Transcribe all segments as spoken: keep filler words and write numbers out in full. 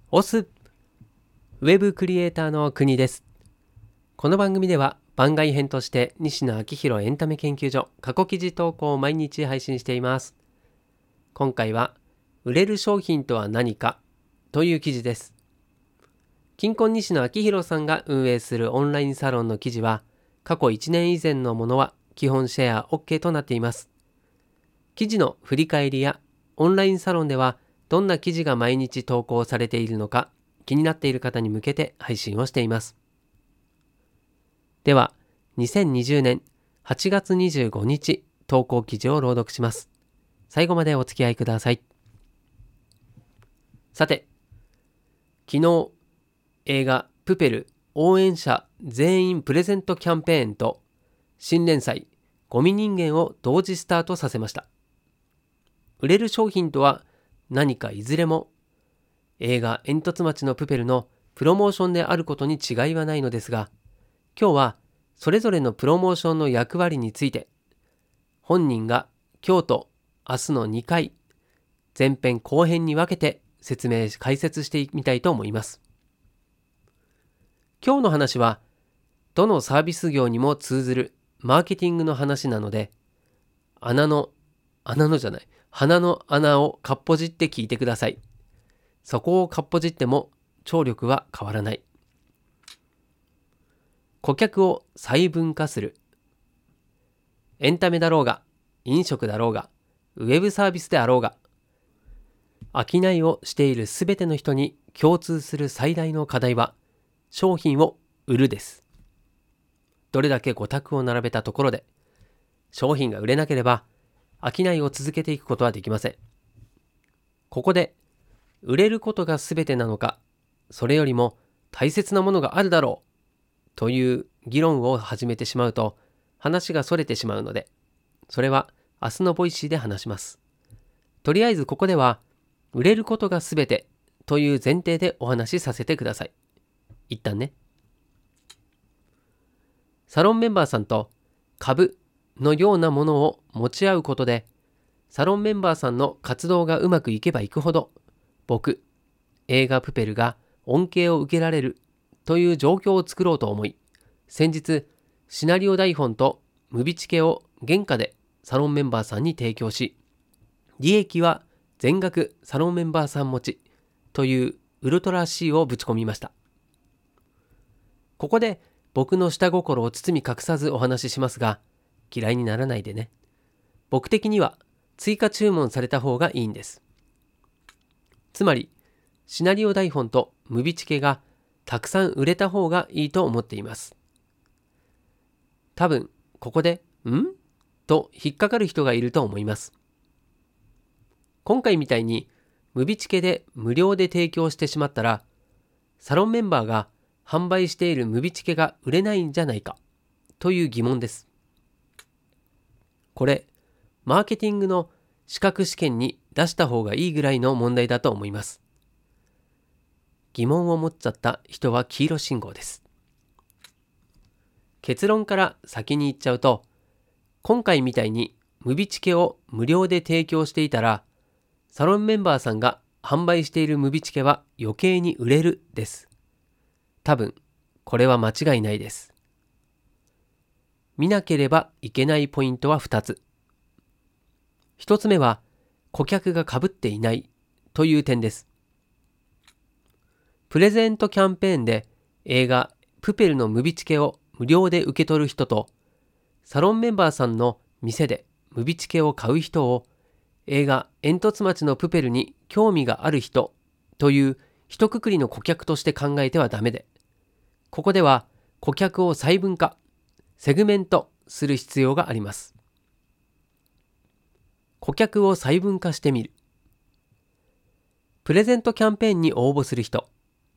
オスウェブクリエイターの国です。この番組では番外編として西野昭弘エンタメ研究所過去記事投稿を毎日配信しています。今回は売れる商品とは何かという記事です。金婚西野昭弘さんが運営するオンラインサロンの記事は過去いちねん以前のものは基本シェア OK となっています。記事の振り返りやオンラインサロンではどんな記事が毎日投稿されているのか気になっている方に向けて配信をしています。では、にせんにじゅうねんはちがつにじゅうごにち投稿記事を朗読します。最後までお付き合いください。さて、昨日映画プペル応援者全員プレゼントキャンペーンと新連載ゴミ人間を同時スタートさせました。売れる商品とは何かいずれも映画煙突町のプペルのプロモーションであることに違いはないのですが、今日はそれぞれのプロモーションの役割について本人が今日と明日のにかい前編後編に分けて説明解説してみたいと思います。今日の話はどのサービス業にも通ずるマーケティングの話なので、穴の穴のじゃない鼻の穴をかっぽじって聞いてください。そこをかっぽじっても聴力は変わらない。顧客を細分化する。エンタメだろうが、飲食だろうが、ウェブサービスであろうが、商いをしているすべての人に共通する最大の課題は、商品を売るです。どれだけご択を並べたところで、商品が売れなければ、商いを続けていくことはできません。ここで、売れることが全てなのか、それよりも大切なものがあるだろうという議論を始めてしまうと話がそれてしまうので、それは明日のボイシーで話します。とりあえずここでは売れることが全てという前提でお話しさせてください。一旦ね。サロンメンバーさんと株のようなものを持ち合うことで、サロンメンバーさんの活動がうまくいけばいくほど、僕、映画プペルが恩恵を受けられるという状況を作ろうと思い、先日、シナリオ台本とムビチケを原価でサロンメンバーさんに提供し、利益は全額サロンメンバーさん持ちというウルトラ C をぶち込みました。ここで僕の下心を包み隠さずお話ししますが、嫌いにならないでね。僕的には追加注文された方がいいんです。つまり、シナリオ台本とムビチケがたくさん売れた方がいいと思っています。多分、ここで、ん?と引っかかる人がいると思います。今回みたいに、ムビチケで無料で提供してしまったら、サロンメンバーが販売しているムビチケが売れないんじゃないか、という疑問です。これ、マーケティングの資格試験に出した方がいいぐらいの問題だと思います。疑問を持っちゃった人は黄色信号です。結論から先に言っちゃうと、今回みたいにムビチケを無料で提供していたら、サロンメンバーさんが販売しているムビチケは余計に売れるです。多分、これは間違いないです。見なければいけないポイントはふたつ。ひとつめは、顧客が被っていないという点です。プレゼントキャンペーンで映画プペルのムビチケを無料で受け取る人と、サロンメンバーさんの店でムビチケを買う人を映画煙突町のプペルに興味がある人という一括りの顧客として考えてはダメで、ここでは顧客を細分化、セグメントする必要があります。顧客を細分化してみる。プレゼントキャンペーンに応募する人。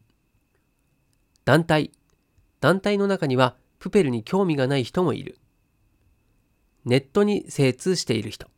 団体。団体の中にはプペルに興味がない人もいる。ネットに精通している人。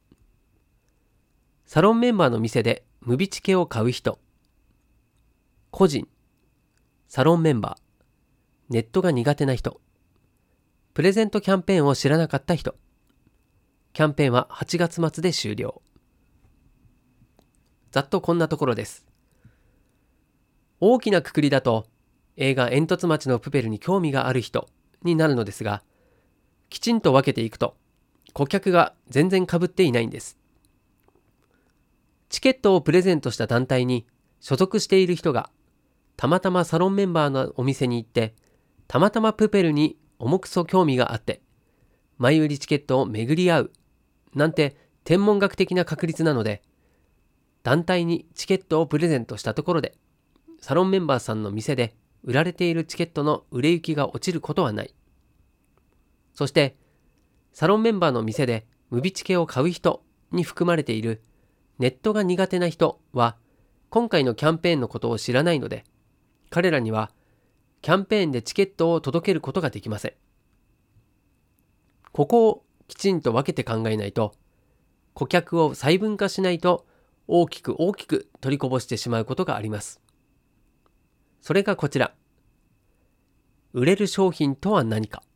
サロンメンバーの店でムビチケを買う人。個人。サロンメンバー。ネットが苦手な人。プレゼントキャンペーンを知らなかった人。キャンペーンははちがつ末で終了。ざっとこんなところです。 大きな括りだと映画煙突町のプペルに興味がある人になるのですが、きちんと分けていくと顧客が全然被っていないんです。チケットをプレゼントした団体に所属している人がたまたまサロンメンバーのお店に行って、たまたまプペルに重くそ興味があって前売りチケットを巡り合うなんて天文学的な確率なので、団体にチケットをプレゼントしたところでサロンメンバーさんの店で売られているチケットの売れ行きが落ちることはない。そしてサロンメンバーの店でムビチケを買う人に含まれているネットが苦手な人は今回のキャンペーンのことを知らないので、彼らにはキャンペーンでチケットを届けることができません。ここをきちんと分けて考えないと、顧客を細分化しないと大きく大きく取りこぼしてしまうことがあります。それがこちら。売れる商品とは何か。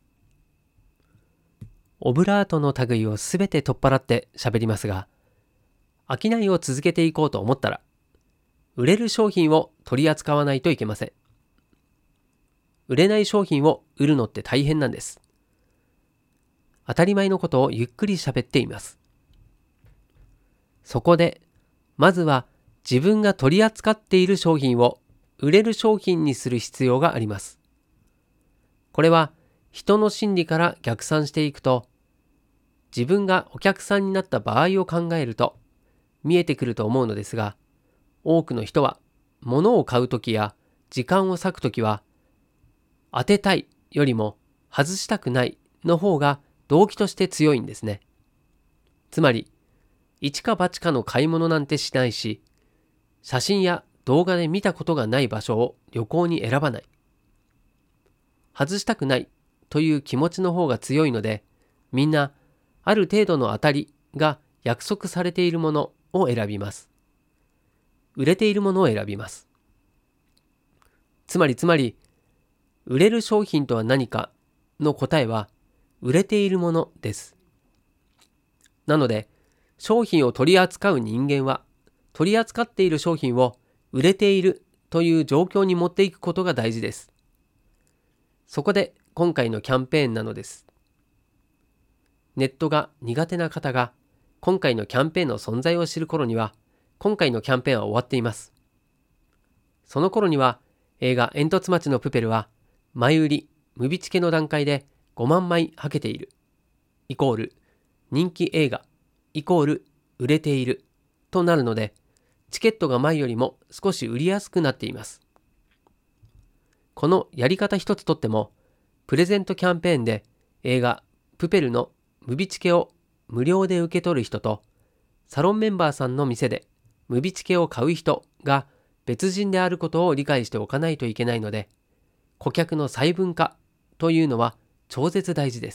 オブラートの類をすべて取っ払って喋りますが、商いを続けていこうと思ったら、売れる商品を取り扱わないといけません。売れない商品を売るのって大変なんです。当たり前のことをゆっくり喋っています。そこで、まずは自分が取り扱っている商品を売れる商品にする必要があります。これは人の心理から逆算していくと、自分がお客さんになった場合を考えると見えてくると思うのですが、多くの人は物を買うときや時間を割くときは、当てたいよりも外したくないの方が動機として強いんですね。つまり、一か八かの買い物なんてしないし、写真や動画で見たことがない場所を旅行に選ばない。外したくないという気持ちの方が強いので、みんなある程度の当たりが約束されているものを選びます。売れているものを選びます。つまりつまり、売れる商品とは何かの答えは、売れているものです。なので、商品を取り扱う人間は、取り扱っている商品を売れているという状況に持っていくことが大事です。そこで今回のキャンペーンなのです。ネットが苦手な方が今回のキャンペーンの存在を知る頃には、今回のキャンペーンは終わっています。その頃には映画煙突町のプペルは前売り、ムビチケの段階でごまんまいはけている。イコール人気映画、イコール売れているとなるので、チケットが前よりも少し売りやすくなっています。このやり方一つとっても、プレゼントキャンペーンで映画プペルのムビチケを無料で受け取る人と、サロンメンバーさんの店でムビチケを買う人が別人であることを理解しておかないといけないので、顧客の細分化というのは超絶大事です。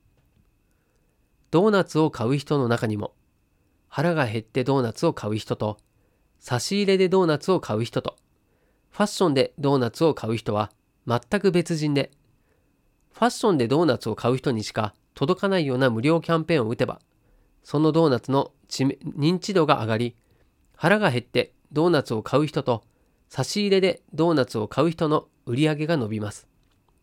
ドーナツを買う人の中にも、腹が減ってドーナツを買う人と、差し入れでドーナツを買う人と、ファッションでドーナツを買う人は全く別人で、ファッションでドーナツを買う人にしか届かないような無料キャンペーンを打てば、そのドーナツの認知度が上がり、腹が減ってドーナツを買う人と、差し入れでドーナツを買う人の売り上げが伸びます。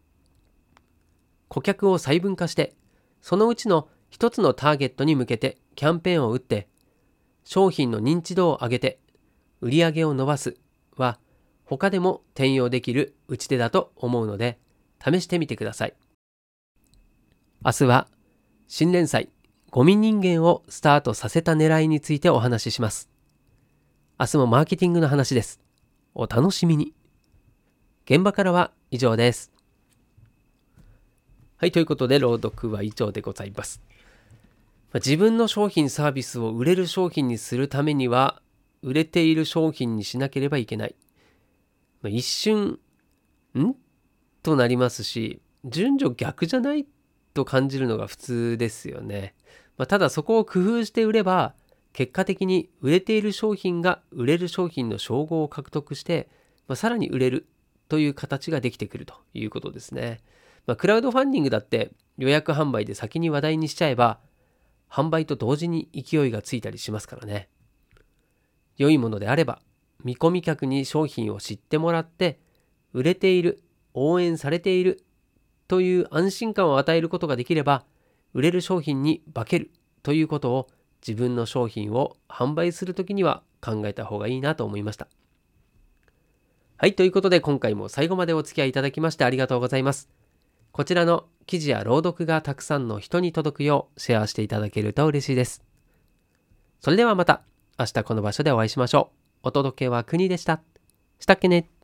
顧客を細分化して、そのうちの一つのターゲットに向けてキャンペーンを打って、商品の認知度を上げて売り上げを伸ばすは他でも転用できる打ち手だと思うので、試してみてください。明日は新連載ゴミ人間をスタートさせた狙いについてお話しします。明日もマーケティングの話です。お楽しみに。現場からは以上です。はい、ということで朗読は以上でございます。自分の商品サービスを売れる商品にするためには、売れている商品にしなければいけない。一瞬、んとなりますし、順序逆じゃないと感じるのが普通ですよね。まあ、ただそこを工夫して売れば、結果的に売れている商品が売れる商品の称号を獲得して、まあ、さらに売れるという形ができてくるということですね。まあ、クラウドファンディングだって予約販売で先に話題にしちゃえば、販売と同時に勢いがついたりしますからね。良いものであれば見込み客に商品を知ってもらって、売れている、応援されているという安心感を与えることができれば、売れる商品に化けるということを自分の商品を販売するときには考えた方がいいなと思いました。はい、ということで今回も最後までお付き合いいただきましてありがとうございます。こちらの記事や朗読がたくさんの人に届くようシェアしていただけると嬉しいです。それではまた明日この場所でお会いしましょう。お届けは国でした。したっけね。